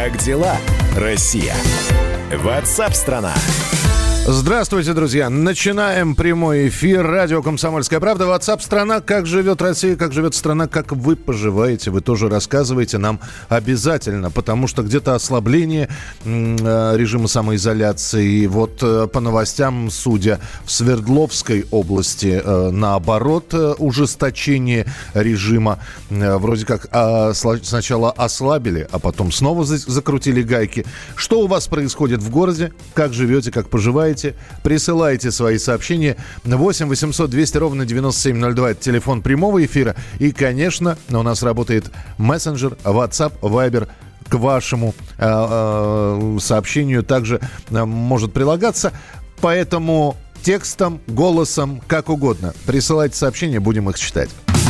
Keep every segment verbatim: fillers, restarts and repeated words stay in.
Как дела, Россия? Ватсап-страна! Здравствуйте, друзья. Начинаем прямой эфир. Радио «Комсомольская правда». WhatsApp-страна. Как живет Россия, как живет страна, как вы поживаете. Вы тоже рассказывайте нам обязательно, потому что где-то ослабление э, режима самоизоляции. Вот э, по новостям, судя в Свердловской области, э, наоборот, э, ужесточение режима. Э, вроде как э, сначала ослабили, а потом снова за- закрутили гайки. Что у вас происходит в городе? Как живете, как поживаете? Присылайте свои сообщения. восемь восемьсот двести ровно девяносто семь ноль два. Это телефон прямого эфира. И, конечно, у нас работает мессенджер, WhatsApp, Viber. К вашему э, э, сообщению также э, может прилагаться. Поэтому текстом, голосом, как угодно. Присылайте сообщения, будем их читать.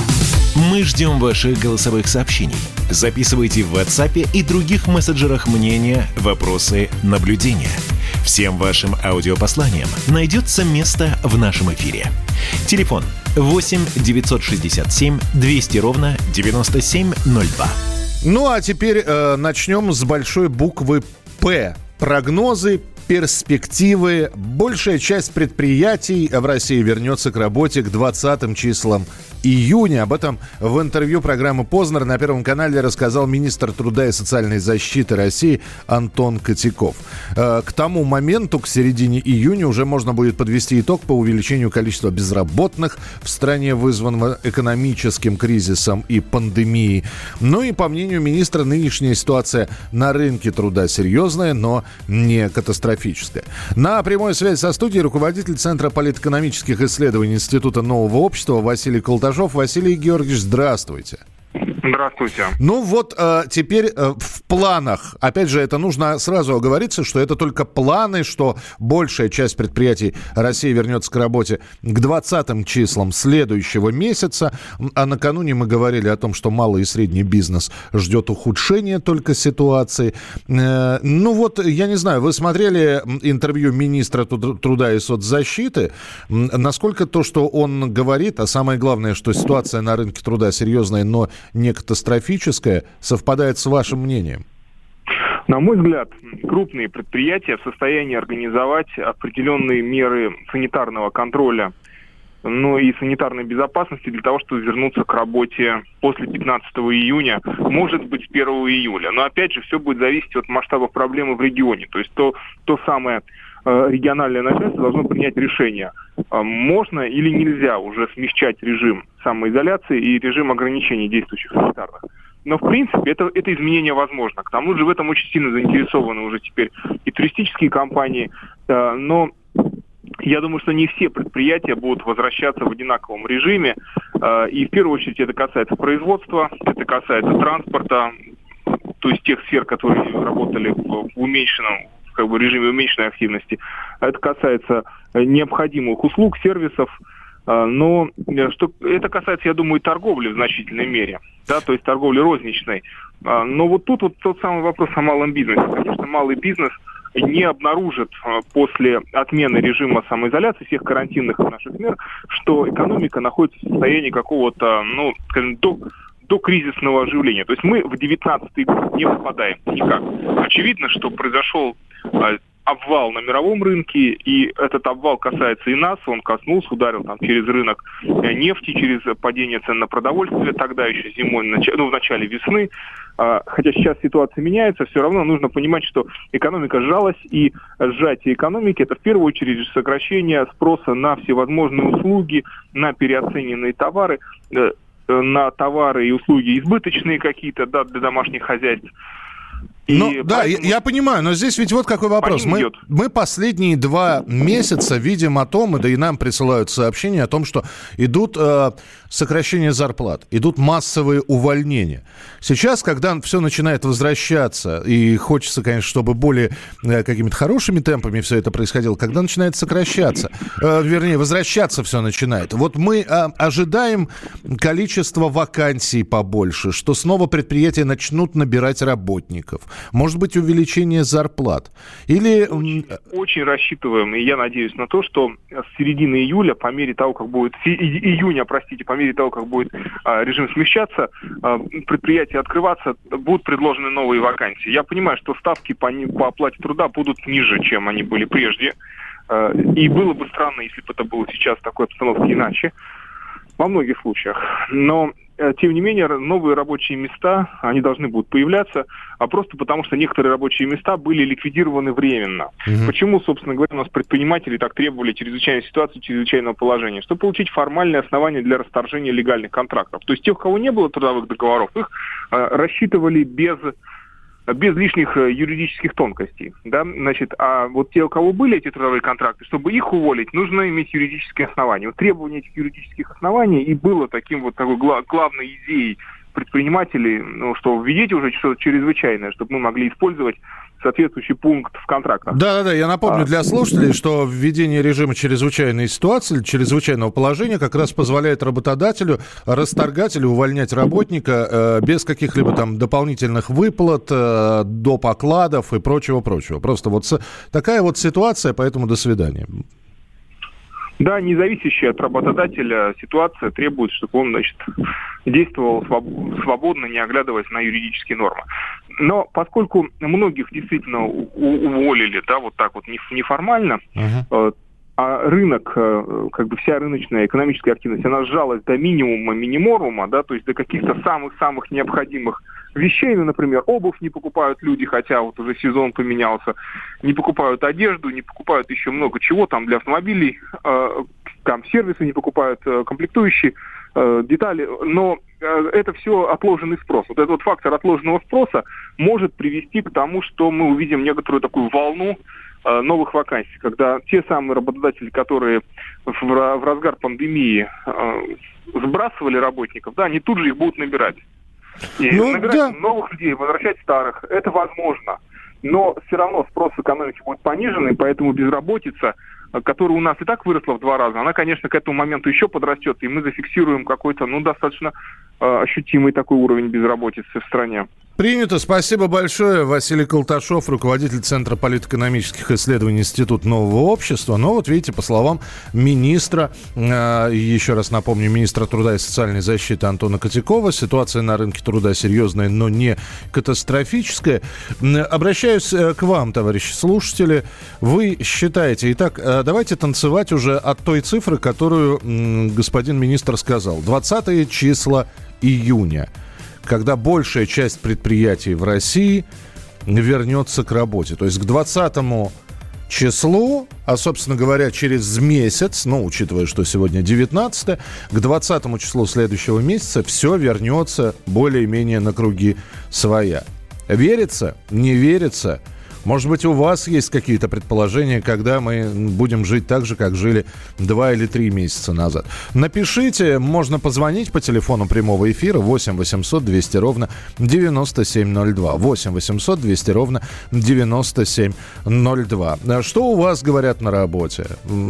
Мы ждем ваших голосовых сообщений. Записывайте в WhatsApp и других мессенджерах мнения, вопросы, наблюдения. Всем вашим аудиопосланиям найдется место в нашем эфире. Телефон восемь девятьсот шестьдесят семь двести ровно девяносто семь ноль два. Ну а теперь э, начнем с большой буквы «П». Прогнозы, перспективы. Большая часть предприятий в России вернется к работе к двадцатым числам июня. Об этом в интервью программы «Познер» на Первом канале рассказал министр труда и социальной защиты России Антон Котяков. К тому моменту, к середине июня, уже можно будет подвести итог по увеличению количества безработных в стране, вызванного экономическим кризисом и пандемией. Ну и, по мнению министра, нынешняя ситуация на рынке труда серьезная, но не катастрофическая. На прямой связи со студией руководитель Центра политэкономических исследований Института нового общества Василий Колташов. Василий Георгиевич, здравствуйте. Здравствуйте. Ну вот э, теперь э, в планах, опять же, это нужно сразу оговориться, что это только планы, что большая часть предприятий России вернется к работе к двадцатым числам следующего месяца. А накануне мы говорили о том, что малый и средний бизнес ждет ухудшения только ситуации. Э, ну вот, я не знаю, вы смотрели интервью министра труда и соцзащиты. Насколько то, что он говорит, а самое главное, что ситуация на рынке труда серьезная, но не катастрофическое, совпадает с вашим мнением? На мой взгляд, крупные предприятия в состоянии организовать определенные меры санитарного контроля, ну и санитарной безопасности для того, чтобы вернуться к работе после пятнадцатого июня, может быть, с первого июля. Но опять же, все будет зависеть от масштаба проблемы в регионе. То есть то, то самое э, региональное начальство должно принять решение, э, можно или нельзя уже смягчать режим самоизоляции и режим ограничений действующих санитарных. Но, в принципе, это, это изменение возможно. К тому же в этом очень сильно заинтересованы уже теперь и туристические компании. Э, но я думаю, что не все предприятия будут возвращаться в одинаковом режиме. Э, и в первую очередь это касается производства, это касается транспорта, то есть тех сфер, которые работали в, в уменьшенном как бы, режиме уменьшенной активности. Это касается необходимых услуг, сервисов. Но что, это касается, я думаю, и торговли в значительной мере, да, то есть торговли розничной. Но вот тут вот тот самый вопрос о малом бизнесе. Конечно, малый бизнес не обнаружит после отмены режима самоизоляции, всех карантинных наших мер, что экономика находится в состоянии какого-то, ну, скажем, до, до кризисного оживления. То есть мы в девятнадцатый год не попадаем никак. Очевидно, что произошел обвал на мировом рынке, и этот обвал касается и нас, он коснулся, ударил там через рынок нефти, через падение цен на продовольствие, тогда еще зимой, ну, в начале весны. Хотя сейчас ситуация меняется, все равно нужно понимать, что экономика сжалась, и сжатие экономики – это в первую очередь сокращение спроса на всевозможные услуги, на переоцененные товары, на товары и услуги избыточные какие-то, да, для домашних хозяйств. Ну, да, я, я понимаю, но здесь ведь вот какой вопрос. Мы, мы последние два месяца видим о том, да и нам присылают сообщения о том, что идут э, сокращения зарплат, идут массовые увольнения. Сейчас, когда все начинает возвращаться, и хочется, конечно, чтобы более э, какими-то хорошими темпами все это происходило, когда начинает сокращаться, э, вернее, возвращаться все начинает. Вот мы э, ожидаем количество вакансий побольше, что снова предприятия начнут набирать работников. Может быть, увеличение зарплат? Или... Очень, очень рассчитываем, и я надеюсь на то, что с середины июля, по мере того, как будет... И, июня, простите, по мере того, как будет а, режим смягчаться, а, предприятия открываться, будут предложены новые вакансии. Я понимаю, что ставки по, по оплате труда будут ниже, чем они были прежде. А, и было бы странно, если бы это было сейчас в такой обстановке иначе. Во многих случаях. Но, тем не менее, новые рабочие места, они должны будут появляться, а просто потому, что некоторые рабочие места были ликвидированы временно. Угу. Почему, собственно говоря, у нас предприниматели так требовали чрезвычайной ситуации, чрезвычайного положения? Чтобы получить формальное основание для расторжения легальных контрактов. То есть тех, у кого не было трудовых договоров, их э, рассчитывали без... без лишних юридических тонкостей, да, значит, а вот те, у кого были эти трудовые контракты, чтобы их уволить, нужно иметь юридические основания. Вот требование этих юридических оснований и было таким вот такой гла- главной идеей предпринимателей, ну, что введите уже что-то чрезвычайное, чтобы мы могли использовать соответствующий пункт в контрактах. Да-да-да, я напомню а... для слушателей, что введение режима чрезвычайной ситуации, чрезвычайного положения как раз позволяет работодателю расторгать или увольнять работника э, без каких-либо там дополнительных выплат, э, доп. Окладов и прочего-прочего. Просто вот с... такая вот ситуация, поэтому до свидания. Да, независящая от работодателя ситуация требует, чтобы он, значит, действовал свободно, не оглядываясь на юридические нормы. Но поскольку многих действительно уволили, да, вот так вот неформально, uh-huh. а рынок, как бы вся рыночная экономическая активность, она сжалась до минимума миниморума, да, то есть до каких-то самых-самых необходимых вещей, ну, например, обувь не покупают люди, хотя вот уже сезон поменялся, не покупают одежду, не покупают еще много чего там для автомобилей, э, там сервисы не покупают, э, комплектующие, э, детали, но э, это все отложенный спрос. Вот этот вот фактор отложенного спроса может привести к тому, что мы увидим некоторую такую волну э, новых вакансий, когда те самые работодатели, которые в, в разгар пандемии э, сбрасывали работников, да, они тут же их будут набирать. И ну, набирать да. новых людей, возвращать старых, это возможно. Но все равно спрос в экономике будет пониженный, поэтому безработица, которая у нас и так выросла в два раза, она, конечно, к этому моменту еще подрастет, и мы зафиксируем какой-то, ну, достаточно э, ощутимый такой уровень безработицы в стране. Принято. Спасибо большое. Василий Колташов, руководитель Центра политэкономических исследований Института Нового общества. Но вот видите, по словам министра, э, еще раз напомню, министра труда и социальной защиты Антона Котякова, ситуация на рынке труда серьезная, но не катастрофическая. Обращаюсь к вам, товарищи слушатели. Вы считаете, итак, давайте танцевать уже от той цифры, которую м, господин министр сказал. двадцатое число июня. Когда большая часть предприятий в России вернется к работе. То есть к двадцатому числу, а, собственно говоря, через месяц, ну, учитывая, что сегодня девятнадцатое, к двадцатому числу следующего месяца все вернется более-менее на круги своя. Верится? Не верится? Может быть, у вас есть какие-то предположения, когда мы будем жить так же, как жили два или три месяца назад? Напишите, можно позвонить по телефону прямого эфира восемь восемьсот двести ровно девяносто семь ноль два. восемь восемьсот двести ровно девяносто семь ноль два. Что у вас говорят на работе?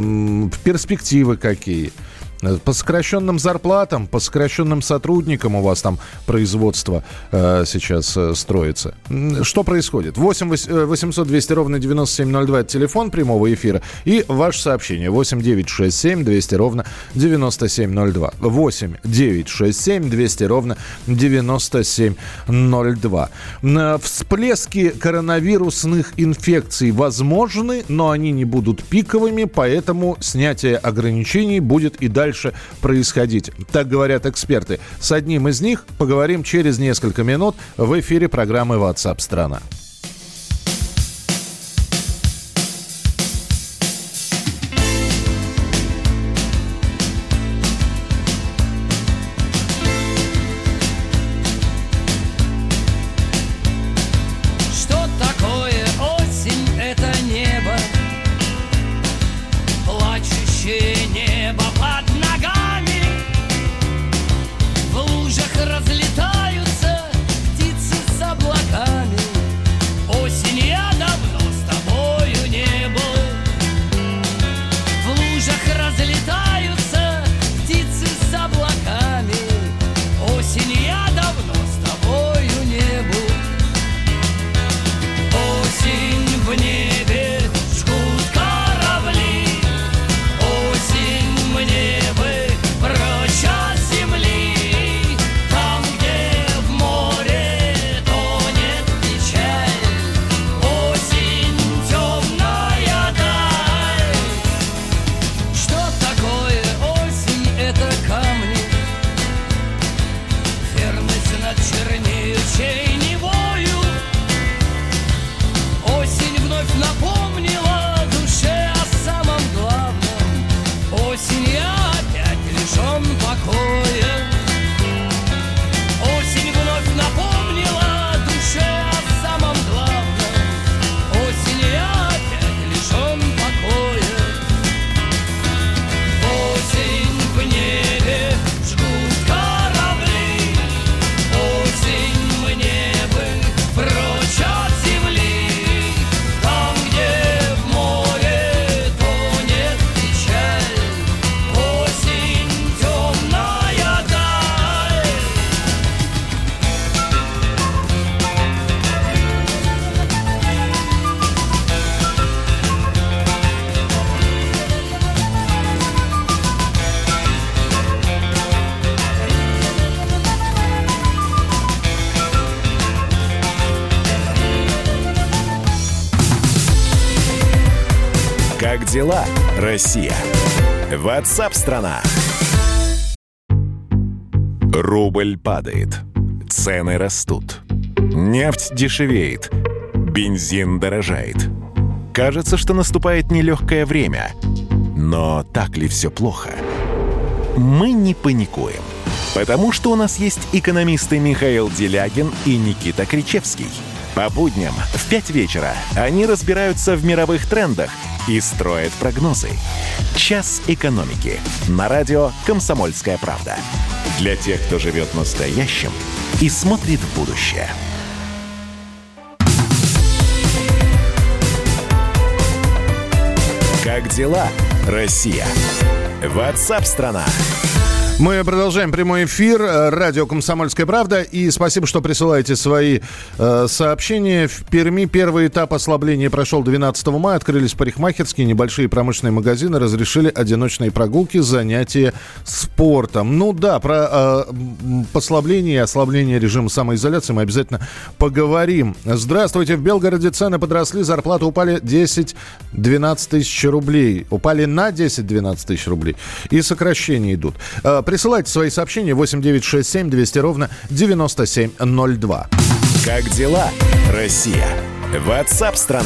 Перспективы какие? По сокращенным зарплатам, по сокращенным сотрудникам у вас там производство э, сейчас э, строится. Что происходит? восемь восемьсот двести ровно девяносто семь ноль два это телефон прямого эфира. И ваше сообщение восемь девятьсот шестьдесят семь двести ровно девяносто семь ноль два. восемь девятьсот шестьдесят семь двести ровно девяносто семь ноль два. Всплески коронавирусных инфекций возможны, но они не будут пиковыми, поэтому снятие ограничений будет и дальше происходить. Так говорят эксперты. С одним из них поговорим через несколько минут в эфире программы WhatsApp страна. Разлетаются птицы с облаками. дела, Россия? WhatsApp-страна. Рубль падает. Цены растут. Нефть дешевеет. Бензин дорожает. Кажется, что наступает нелегкое время. Но так ли все плохо? Мы не паникуем. Потому что у нас есть экономисты Михаил Делягин и Никита Кричевский. По будням в пять вечера они разбираются в мировых трендах и строят прогнозы. «Час экономики» на радио «Комсомольская правда». Для тех, кто живет настоящим и смотрит в будущее. Как дела, Россия? WhatsApp-страна. Мы продолжаем прямой эфир. Радио «Комсомольская правда». И спасибо, что присылаете свои э, сообщения. В Перми первый этап ослабления прошел двенадцатого мая. Открылись парикмахерские, небольшие промышленные магазины. Разрешили одиночные прогулки, занятия спортом. Ну да, про э, послабление и ослабление режима самоизоляции мы обязательно поговорим. Здравствуйте. В Белгороде цены подросли, зарплаты упали десять-двенадцать тысяч рублей. Упали на десять-двенадцать тысяч рублей. И сокращения идут. Присылайте свои сообщения восемь девятьсот шестьдесят семь двести ровно девяносто семь ноль два. Как дела, Россия? WhatsApp-страна.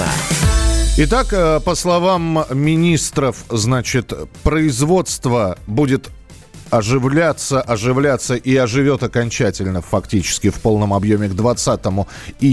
Итак, по словам министров, значит, производство будет оживляться, оживляться и оживет окончательно фактически в полном объеме к двадцатому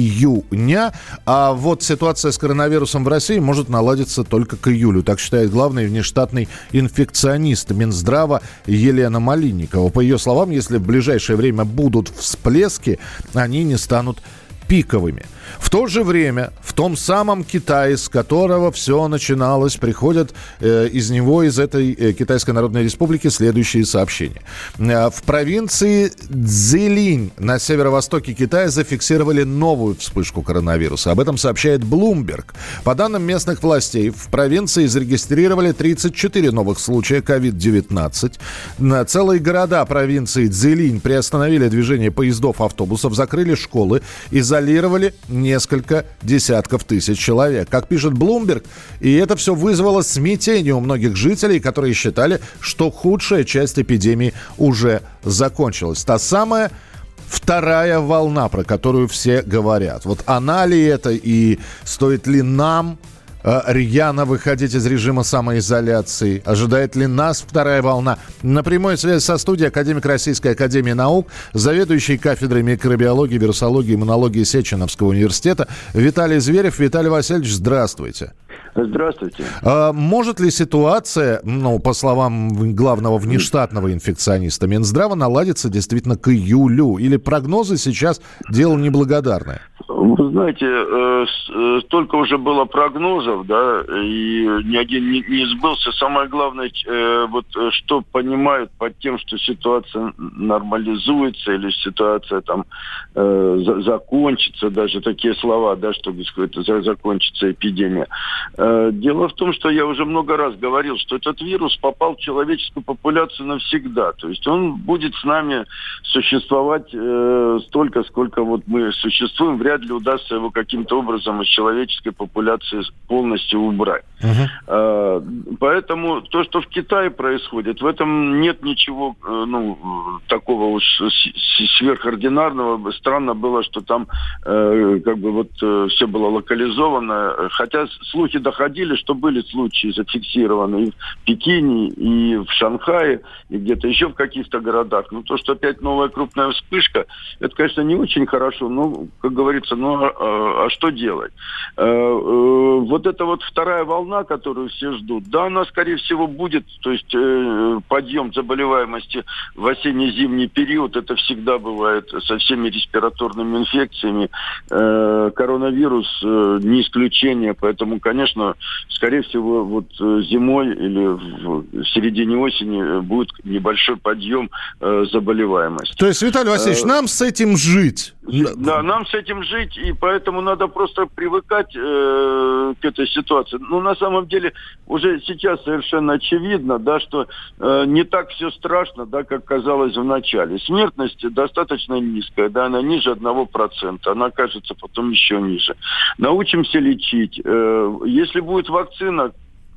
июня. А вот ситуация с коронавирусом в России может наладиться только к июлю. Так считает главный внештатный инфекционист Минздрава Елена Малинникова. По ее словам, если в ближайшее время будут всплески, они не станут пиковыми. В то же время в том самом Китае, с которого все начиналось, приходят э, из него, из этой э, Китайской Народной Республики, следующие сообщения. Э, в провинции Цзилинь на северо-востоке Китая зафиксировали новую вспышку коронавируса. Об этом сообщает Bloomberg. По данным местных властей, в провинции зарегистрировали тридцать четыре новых случая ковид девятнадцать. На целые города провинции Цзилинь приостановили движение поездов, автобусов, закрыли школы, изолировали несколько десятков тысяч человек. Как пишет Bloomberg, и это все вызвало смятение у многих жителей, которые считали, что худшая часть эпидемии уже закончилась. Та самая вторая волна, про которую все говорят. Вот она ли это и стоит ли нам рьяно выходить из режима самоизоляции? Ожидает ли нас вторая волна? На прямой связи со студией академик Российской академии наук, заведующий кафедрой микробиологии, вирусологии, иммунологии Сеченовского университета Виталий Зверев. Виталий Васильевич, здравствуйте. Здравствуйте. А может ли ситуация, ну, по словам главного внештатного инфекциониста Минздрава, наладиться действительно к июлю? Или прогнозы сейчас дело неблагодарное? Вы знаете, э, столько уже было прогнозов, да, и ни один не, не сбылся. Самое главное, э, вот что понимают под тем, что ситуация нормализуется или ситуация там э, за, закончится, даже такие слова, да, что это закончится эпидемия. Э, дело в том, что я уже много раз говорил, что этот вирус попал в человеческую популяцию навсегда. То есть он будет с нами существовать э, столько, сколько вот мы существуем. Вряд ли удастся его каким-то образом из человеческой популяции полностью убрать. Uh-huh. Поэтому то, что в Китае происходит, в этом нет ничего ну, такого уж сверхординарного. Странно было, что там э, как бы вот все было локализовано. Хотя слухи доходили, что были случаи зафиксированы и в Пекине, и в Шанхае, и где-то еще в каких-то городах. Но то, что опять новая крупная вспышка, это, конечно, не очень хорошо. Но, как говорится, ну а, а что делать? Вот эта вот вторая волна, которую все ждут, да, она, скорее всего, будет, то есть э, подъем заболеваемости в осенне-зимний период, это всегда бывает со всеми респираторными инфекциями. Э, коронавирус э, не исключение, поэтому, конечно, скорее всего, вот зимой или в середине осени будет небольшой подъем э, заболеваемости. То есть, Виталий Васильевич, э, нам с этим жить? Да, нам с этим жить, и поэтому надо просто привыкать э, к этой ситуации. Ну, на самом деле, уже сейчас совершенно очевидно, да, что э, не так все страшно, да, как казалось в начале. Смертность достаточно низкая, да, она ниже одного процента, она кажется потом еще ниже. Научимся лечить. Э, если будет вакцина,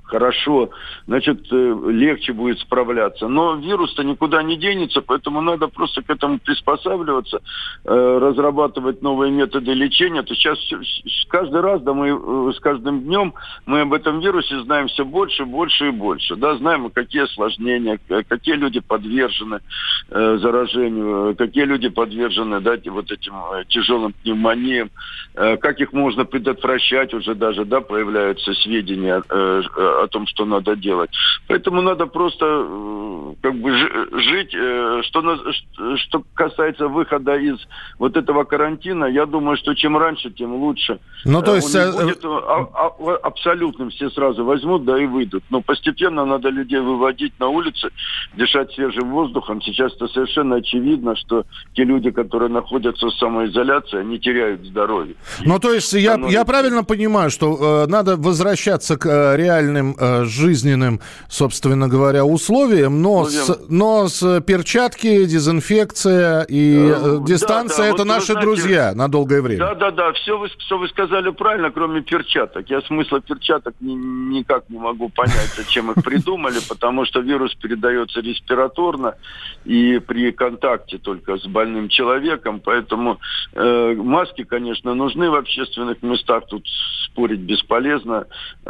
хорошо, значит, легче будет справляться. Но вирус-то никуда не денется, поэтому надо просто к этому приспосабливаться, разрабатывать новые методы лечения. То сейчас каждый раз, да, мы с каждым днем мы об этом вирусе знаем все больше, больше и больше. Да, знаем, какие осложнения, какие люди подвержены заражению, какие люди подвержены, да, вот этим тяжелым пневмониям, как их можно предотвращать, уже даже, да, появляются сведения о том, что надо делать. Поэтому надо просто как бы жить. Что, что касается выхода из вот этого карантина, я думаю, что чем раньше, тем лучше. Ну, то есть... Он не будет а, а, абсолютным, все сразу возьмут, да, и выйдут. Но постепенно надо людей выводить на улицы, дышать свежим воздухом. Сейчас это совершенно очевидно, что те люди, которые находятся в самоизоляции, они теряют здоровье. Ну, то есть я, я правильно понимаю, что э, надо возвращаться к э, реальным э, жизненным, собственно говоря, условиям, но, с, но с перчатки, дезинфекция и э, дистанция, да, да, это вот наши знаете, друзья на долгое время. Да, да, да, все вы, все вы сказали правильно, кроме перчаток. Я смысла перчаток ни, никак не могу понять, зачем их придумали, потому что вирус передается респираторно и при контакте только с больным человеком, поэтому э, маски, конечно, нужны в общественных местах, тут спорить бесполезно.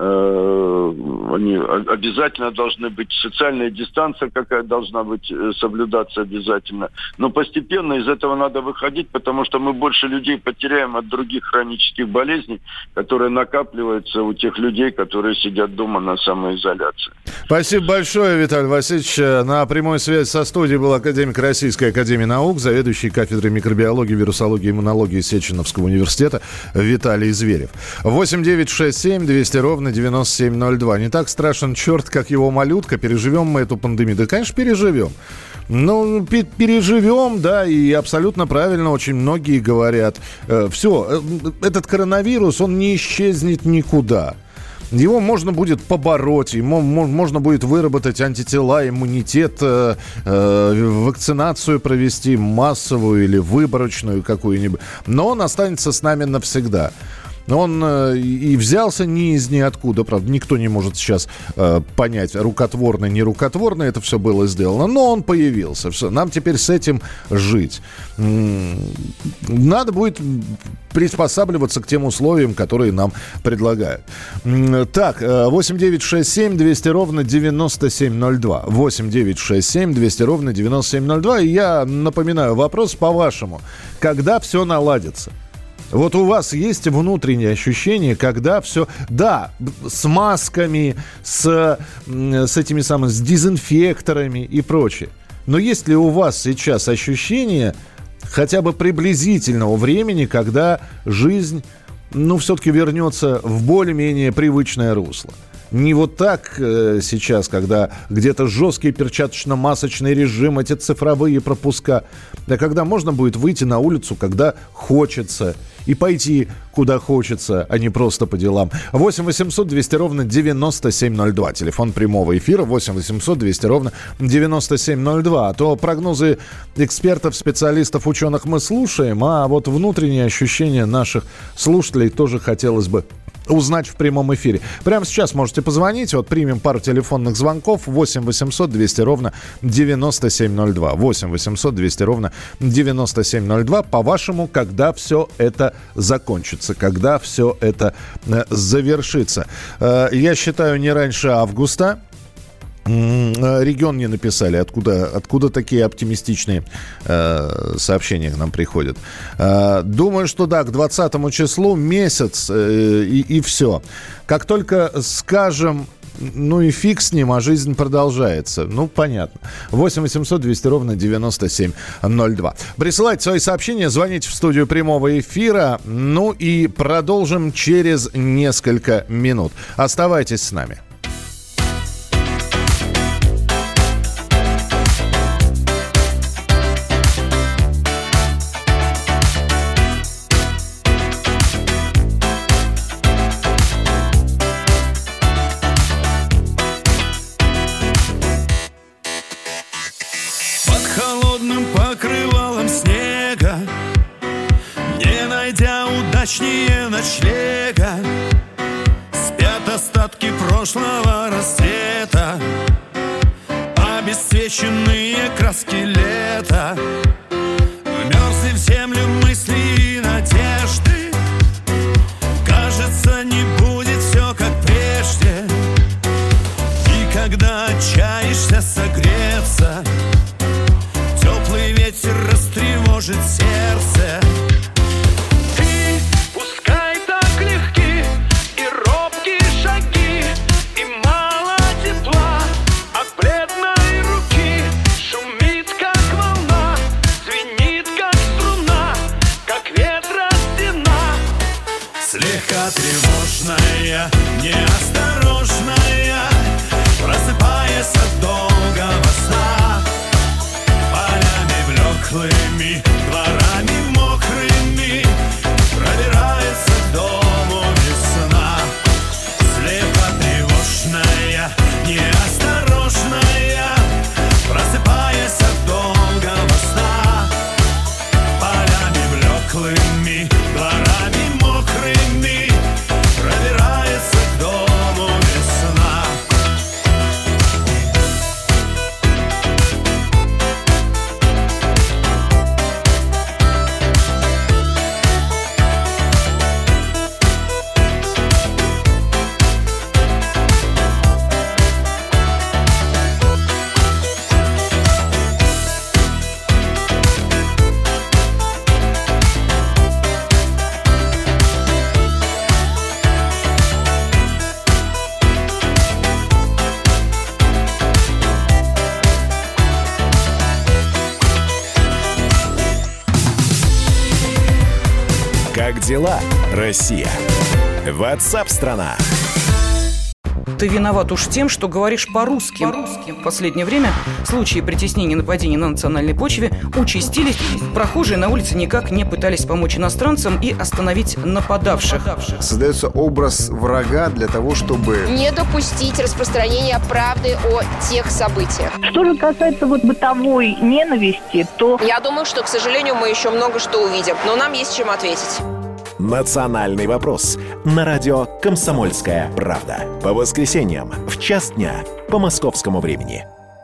Э, они обязательно должны быть, социальная дистанция какая должна быть, соблюдаться обязательно. Но постепенно из этого надо выходить, потому что мы больше людей потеряем от других хронических болезней, которые накапливаются у тех людей, которые сидят дома на самоизоляции. Спасибо большое, Виталий Васильевич. На прямой связи со студией был академик Российской академии наук, заведующий кафедрой микробиологии, вирусологии и иммунологии Сеченовского университета Виталий Зверев. восемь девятьсот шестьдесят семь двести ровно девяносто семь ноль два. Не так страшен черт, как его малютка. Переживем мы эту пандемию? Да, конечно, переживем. Ну, переживем, да, и абсолютно правильно очень многие говорят. Э, все, этот коронавирус, он не исчезнет никуда. Его можно будет побороть, ему можно будет выработать антитела, иммунитет, э, э, вакцинацию провести массовую или выборочную какую-нибудь. Но он останется с нами навсегда. Он э, и взялся не из ниоткуда, правда, никто не может сейчас э, понять, рукотворно, не рукотворно это все было сделано, но он появился. Все, нам теперь с этим жить. Надо будет приспосабливаться к тем условиям, которые нам предлагают. Так, восемь девятьсот шестьдесят семь двести ровно девяносто семь ноль два. восемь девятьсот шестьдесят семь двести ровно девяносто семь ноль два. И я напоминаю, вопрос по-вашему. Когда все наладится? Вот у вас есть внутреннее ощущение, когда все... Да, с масками, с, с этими самыми, с дезинфекторами и прочее. Но есть ли у вас сейчас ощущение хотя бы приблизительного времени, когда жизнь, ну, все-таки вернется в более-менее привычное русло? Не вот так э, сейчас, когда где-то жесткий перчаточно-масочный режим, эти цифровые пропуска, а когда можно будет выйти на улицу, когда хочется, и пойти куда хочется, а не просто по делам. восемь восемьсот двести ровно девяносто семь ноль два. Телефон прямого эфира восемь восемьсот двести ровно девяносто семь ноль два. А то прогнозы экспертов, специалистов, ученых мы слушаем, а вот внутренние ощущения наших слушателей тоже хотелось бы узнать в прямом эфире. Прямо сейчас можете позвонить. Вот примем пару телефонных звонков. восемь восемьсот двести ровно девяносто семь ноль два. восемь восемьсот двести ровно девяносто семь ноль два. По-вашему, когда все это закончится? Когда все это э, завершится? Э, я считаю, не раньше августа. Регион не написали, откуда, откуда такие оптимистичные э, сообщения к нам приходят. Э, думаю, что да, к двадцатому числу месяц э, и, и все. Как только скажем, ну и фиг с ним, а жизнь продолжается. Ну, понятно. восемь восемьсот двести ровно девяносто семь ноль два. Присылайте свои сообщения, звоните в студию прямого эфира. Ну и продолжим через несколько минут. Оставайтесь с нами. Удачнее ночлега спят остатки прошлого. прошлого рассвета, обесцвеченные краски лета, вмерзли в землю мысли и надежды. Кажется, не будет все как прежде. И когда отчаешься согреться, теплый ветер растревожит сердце. Тревожная, неосторожная, просыпаясь от долгого сна, полями блеклыми, дворами мокрыми, пробирается к дому весна. Слепо тревожная, неосторожная, просыпаясь от долгого сна, полями блеклыми, дворами мокрыми, пробирается к дому весна. Как дела, Россия? WhatsApp-страна. Ты виноват уж тем, что говоришь по-русски. по-русски. В последнее время случаи притеснения и нападений на национальной почве участились. Прохожие на улице никак не пытались помочь иностранцам и остановить нападавших. Создается образ врага для того, чтобы не допустить распространения правды о тех событиях. Что же касается вот бытовой ненависти, то... Я думаю, что, к сожалению, мы еще много что увидим, но нам есть чем ответить. «Национальный вопрос» на радио «Комсомольская правда». По воскресеньям в час дня по московскому времени.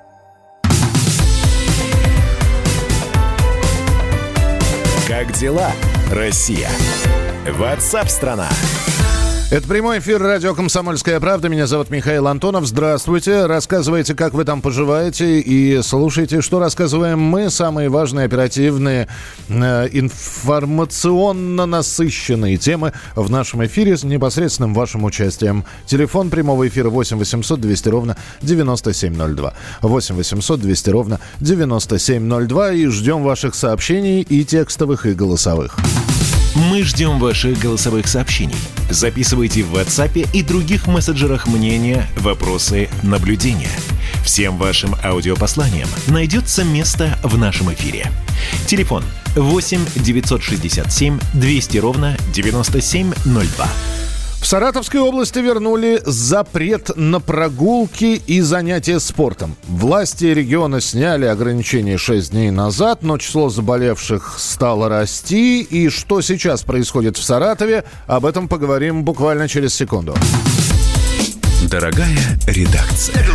Как дела, Россия? WhatsApp-страна. Это прямой эфир радио «Комсомольская правда». Меня зовут Михаил Антонов. Здравствуйте. Рассказывайте, как вы там поживаете, и слушайте, что рассказываем мы. Самые важные, оперативные, э, информационно насыщенные темы в нашем эфире с непосредственным вашим участием. Телефон прямого эфира восемь восемьсот двести ровно девяносто семь ноль два. восемь восемьсот двести ровно девяносто семь ноль два. И ждем ваших сообщений и текстовых, и голосовых. Мы ждем ваших голосовых сообщений. Записывайте в WhatsApp и других мессенджерах мнения, вопросы, наблюдения. Всем вашим аудиопосланиям найдется место в нашем эфире. Телефон восемь девятьсот шестьдесят семь двести ровно девяносто семь ноль два. В Саратовской области вернули запрет на прогулки и занятия спортом. Власти региона сняли ограничения шесть дней назад, но число заболевших стало расти. И что сейчас происходит в Саратове, об этом поговорим буквально через секунду. Дорогая редакция.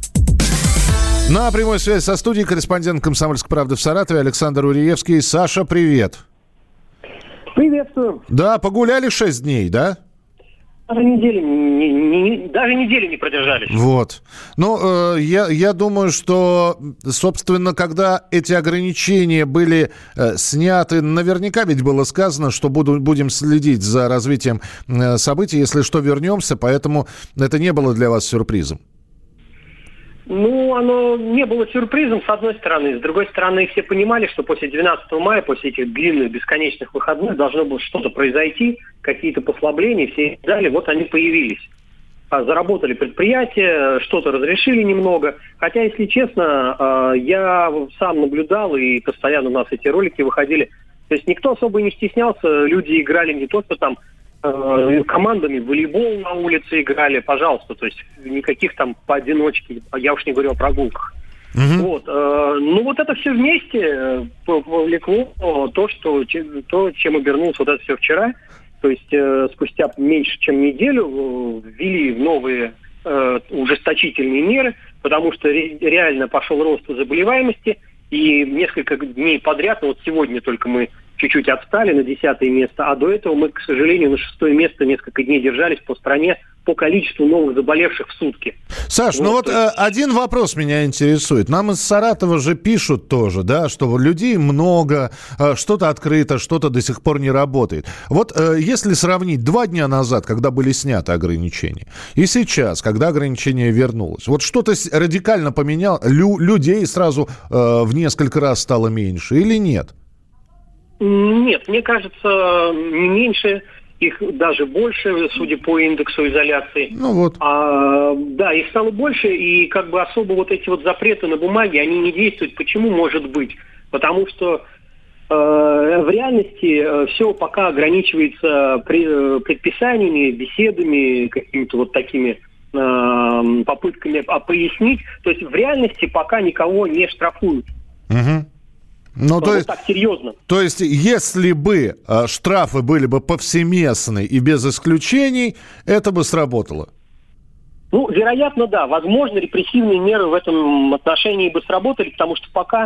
На прямой связи со студией корреспондент «Комсомольской правды» в Саратове Александр Уриевский. Саша, привет. Приветствую. Да, погуляли шесть дней, да? Даже недели не, не, даже недели не продержались. Вот. Ну, э, я, я думаю, что, собственно, когда эти ограничения были э, сняты, наверняка ведь было сказано, что буду, будем следить за развитием э, событий, если что, вернемся, поэтому это не было для вас сюрпризом. Ну, оно не было сюрпризом, с одной стороны. С другой стороны, все понимали, что после двенадцатого мая, после этих длинных бесконечных выходных, должно было что-то произойти, какие-то послабления, все ждали, вот они появились. Заработали предприятия, что-то разрешили немного. Хотя, если честно, я сам наблюдал, и постоянно у нас эти ролики выходили. То есть никто особо не стеснялся, люди играли не то, что там командами в волейбол на улице играли, пожалуйста, то есть никаких там поодиночке, я уж не говорю о прогулках. Mm-hmm. Вот, э, ну вот это все вместе повлекло то, что, то, чем обернулось вот это все вчера. То есть э, спустя меньше чем неделю ввели новые э, ужесточительные меры, потому что ре- реально пошел рост заболеваемости, и несколько дней подряд, ну вот сегодня только мы чуть-чуть отстали на десятое место, а до этого мы, к сожалению, на шестое место несколько дней держались по стране по количеству новых заболевших в сутки. Саш, вот, ну вот э, один вопрос меня интересует. Нам из Саратова же пишут тоже, да, что людей много, э, что-то открыто, что-то до сих пор не работает. Вот э, если сравнить два дня назад, когда были сняты ограничения, и сейчас, когда ограничение вернулось, вот что-то радикально поменяло, лю- людей сразу э, в несколько раз стало меньше или нет? Нет, мне кажется, не меньше. Их даже больше, судя по индексу изоляции. Ну вот. А, да, их стало больше, и как бы особо вот эти вот запреты на бумаге, они не действуют. Почему, может быть? Потому что э, в реальности э, все пока ограничивается при, э, предписаниями, беседами, какими-то вот такими э, попытками пояснить. То есть в реальности пока никого не штрафуют. Угу. Ну, то вот есть, так серьезно. То есть, если бы э, штрафы были бы повсеместны и без исключений, это бы сработало? Ну, вероятно, да. Возможно, репрессивные меры в этом отношении бы сработали, потому что пока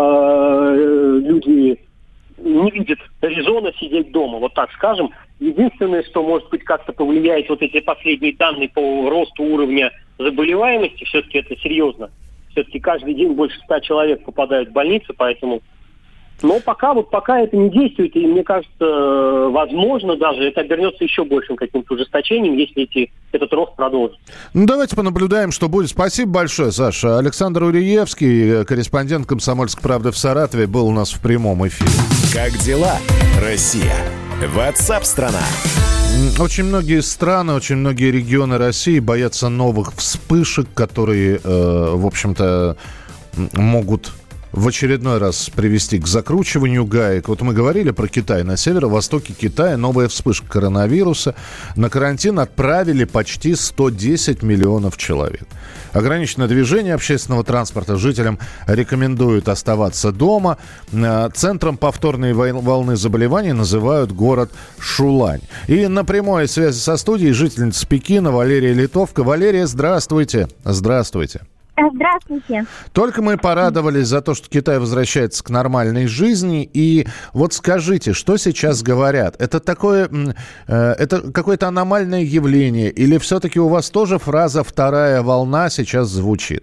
э, люди не видят резона сидеть дома, вот так скажем. Единственное, что, может быть, как-то повлияет вот эти последние данные по росту уровня заболеваемости, все-таки это серьезно. Все-таки каждый день больше ста человек попадают в больницы, поэтому... Но пока вот пока это не действует, и мне кажется, возможно даже это обернется еще большим каким-то ужесточением, если эти, этот рост продолжится. Ну, давайте понаблюдаем, что будет. Спасибо большое, Саша. Александр Уриевский, корреспондент «Комсомольской правды» в Саратове, был у нас в прямом эфире. Как дела, Россия? Ватсап-страна! Очень многие страны, очень многие регионы России боятся новых вспышек, которые, э, в общем-то, могут в очередной раз привести к закручиванию гаек. Вот мы говорили про Китай. На северо-востоке Китая новая вспышка коронавируса. На карантин отправили почти сто десять миллионов человек. Ограничено движение общественного транспорта. Жителям рекомендуют оставаться дома. Центром повторной волны заболеваний называют город Шулань. И на прямой связи со студией жительница Пекина Валерия Литовка. Валерия, здравствуйте. Здравствуйте. Здравствуйте. Только мы порадовались за то, что Китай возвращается к нормальной жизни. И вот скажите, что сейчас говорят? Это такое, э, это какое-то аномальное явление? Или все-таки у вас тоже фраза «вторая волна» сейчас звучит?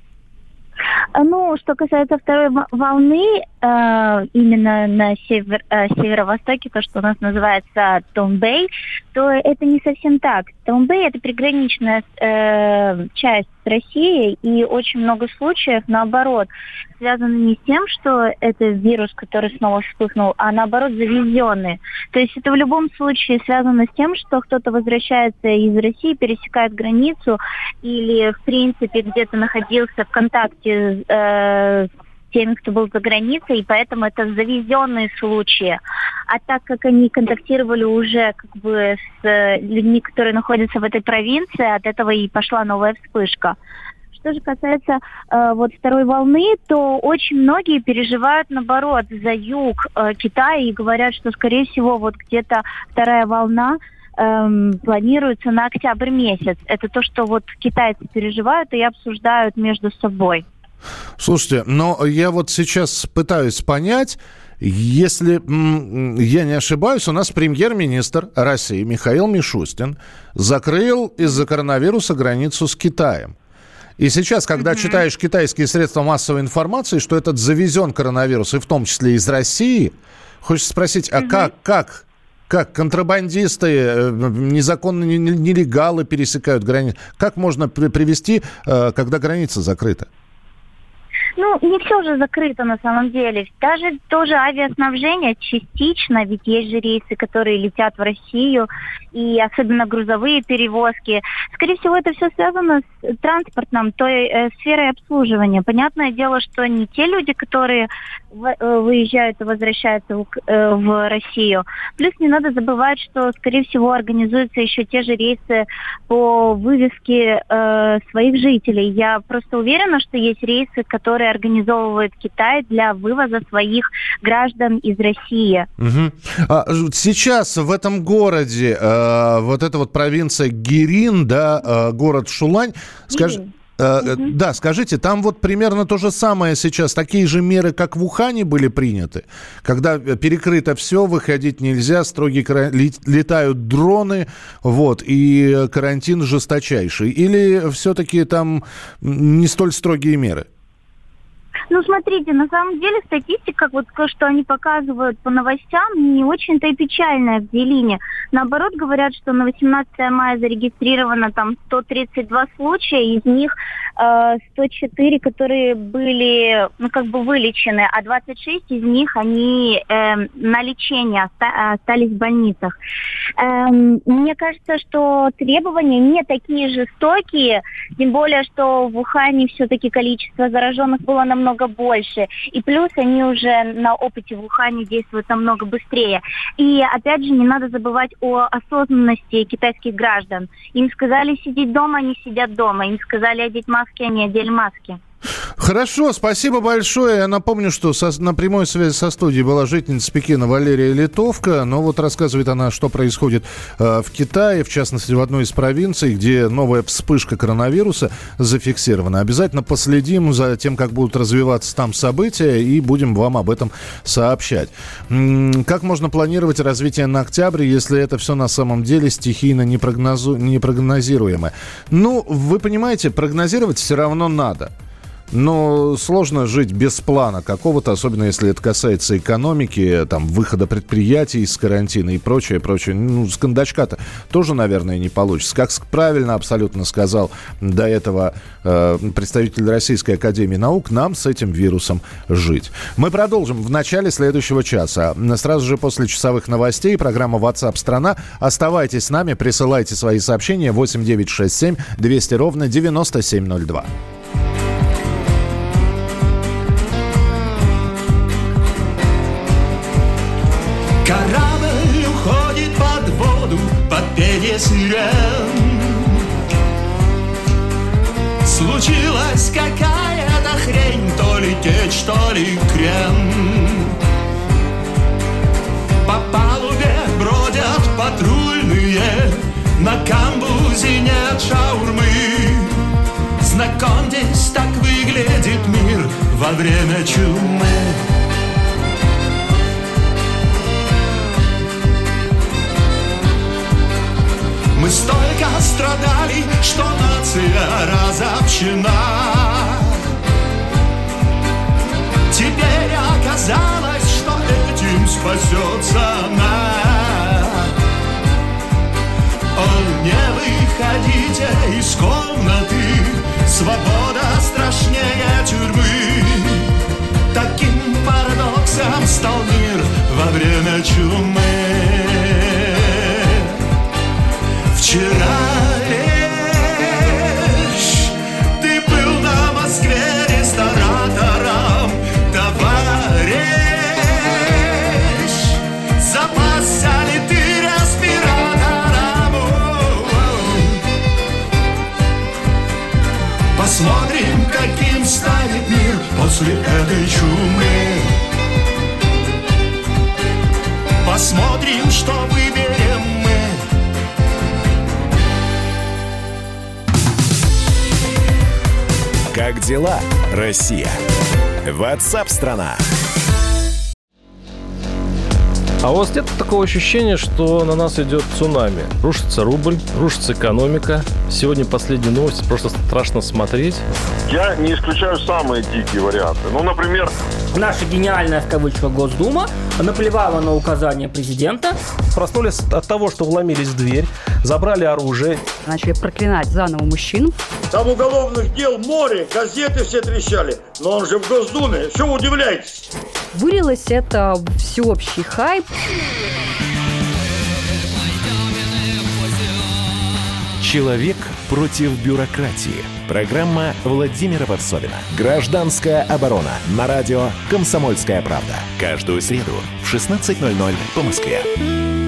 Ну, что касается второй волны, э, именно на север, э, северо-востоке, то, что у нас называется Томбэй, то это не совсем так. Томбэй – это приграничная э, часть с Россией, и очень много случаев, наоборот, связано не с тем, что это вирус, который снова вспыхнул, а наоборот завезенный. То есть это в любом случае связано с тем, что кто-то возвращается из России, пересекает границу или, в принципе, где-то находился в контакте э, с теми, кто был за границей, и поэтому это завезенные случаи. А так как они контактировали уже как бы с людьми, которые находятся в этой провинции, от этого и пошла новая вспышка. Что же касается э, вот второй волны, то очень многие переживают, наоборот, за юг э, Китая и говорят, что, скорее всего, вот где-то вторая волна эм, планируется на октябрь месяц. Это то, что вот китайцы переживают и обсуждают между собой. Слушайте, но я вот сейчас пытаюсь понять, если м, я не ошибаюсь, у нас премьер-министр России Михаил Мишустин закрыл из-за коронавируса границу с Китаем. И сейчас, когда mm-hmm. читаешь китайские средства массовой информации, что этот завезен коронавирус, и в том числе из России, хочется спросить, а mm-hmm. как, как, как контрабандисты, незаконные нелегалы пересекают границу? Как можно при- привести, когда граница закрыта? Ну, не все же закрыто на самом деле. Даже тоже авиаснабжение частично, ведь есть же рейсы, которые летят в Россию, и особенно грузовые перевозки. Скорее всего, это все связано с транспортом, той э, сферой обслуживания. Понятное дело, что не те люди, которые выезжают и возвращаются в, в Россию. Плюс не надо забывать, что, скорее всего, организуются еще те же рейсы по вывезке э, своих жителей. Я просто уверена, что есть рейсы, которые организовывает Китай для вывоза своих граждан из России. Угу. А, сейчас в этом городе, э, вот эта вот провинция Гирин, да, э, город Шулань, скажи... Uh, угу. Да, скажите, там вот примерно то же самое сейчас, такие же меры, как в Ухане были приняты, когда перекрыто все, выходить нельзя, строгие кара... летают дроны, вот, и карантин жесточайший, или все-таки там не столь строгие меры? Ну, смотрите, на самом деле статистика, вот то, что они показывают по новостям, не очень-то и печальная в Делине. Наоборот, говорят, что на восемнадцатое мая зарегистрировано там сто тридцать два случая, из них э, сто четыре, которые были, ну, как бы вылечены, а двадцать шесть из них, они э, на лечении оста- остались в больницах. Э, мне кажется, что требования не такие жестокие, тем более, что в Ухане все-таки количество зараженных было намного больше. И плюс они уже на опыте в Ухане действуют намного быстрее. И опять же, не надо забывать о осознанности китайских граждан. Им сказали сидеть дома, они сидят дома. Им сказали одеть маски, они одели маски. Хорошо, спасибо большое. Я напомню, что со, на прямой связи со студией была жительница Пекина Валерия Литовка. Но вот рассказывает она, что происходит э, в Китае, в частности, в одной из провинций, где новая вспышка коронавируса зафиксирована. Обязательно последим за тем, как будут развиваться там события, и будем вам об этом сообщать. М-м, как можно планировать развитие на октябрь, если это все на самом деле стихийно непрогнозу- непрогнозируемое? Ну, вы понимаете, прогнозировать все равно надо. Но сложно жить без плана какого-то, особенно если это касается экономики, там, выхода предприятий из карантина и прочее, прочее. Ну, с кондачка-то тоже, наверное, не получится. Как правильно абсолютно сказал до этого э, представитель Российской академии наук, нам с этим вирусом жить. Мы продолжим в начале следующего часа. Сразу же после часовых новостей программа WhatsApp страна. Оставайтесь с нами, присылайте свои сообщения восемь девятьсот шестьдесят семь двести ровно девяносто семь ноль два. Корабль уходит под воду, под пение сирен. Случилась какая-то хрень, то ли течь, то ли крен. По палубе бродят патрульные, на камбузе нет шаурмы. Знакомьтесь, так выглядит мир во время чумы. Мы столько страдали, что нация разобщена. Теперь оказалось, что этим спасется она. О, не выходите из комнаты, свобода страшнее тюрьмы. Таким парадоксом стал мир во время чумы. Вчера лишь ты был на Москве ресторатором, товарищ. Запасся ли ты респиратором? Посмотрим, каким станет мир после этой чумы. Посмотрим, что выберем мы. Как дела, Россия? WhatsApp-страна. А у вас нет такого ощущения, что на нас идет цунами? Рушится рубль, рушится экономика. Сегодня последние новости, просто страшно смотреть. Я не исключаю самые дикие варианты. Ну, например... Наша гениальная, в кавычках, Госдума наплевала на указания президента. Проснулись от того, что вломились в дверь, забрали оружие. Начали проклинать заново мужчин. Там уголовных дел море, газеты все трещали. Но он же в Госдуме, что вы удивляетесь? Вылилось это в всеобщий хайп. Человек против бюрократии. Программа Владимира Варсовина. Гражданская оборона. На радио «Комсомольская правда». Каждую среду в шестнадцать ноль ноль по Москве.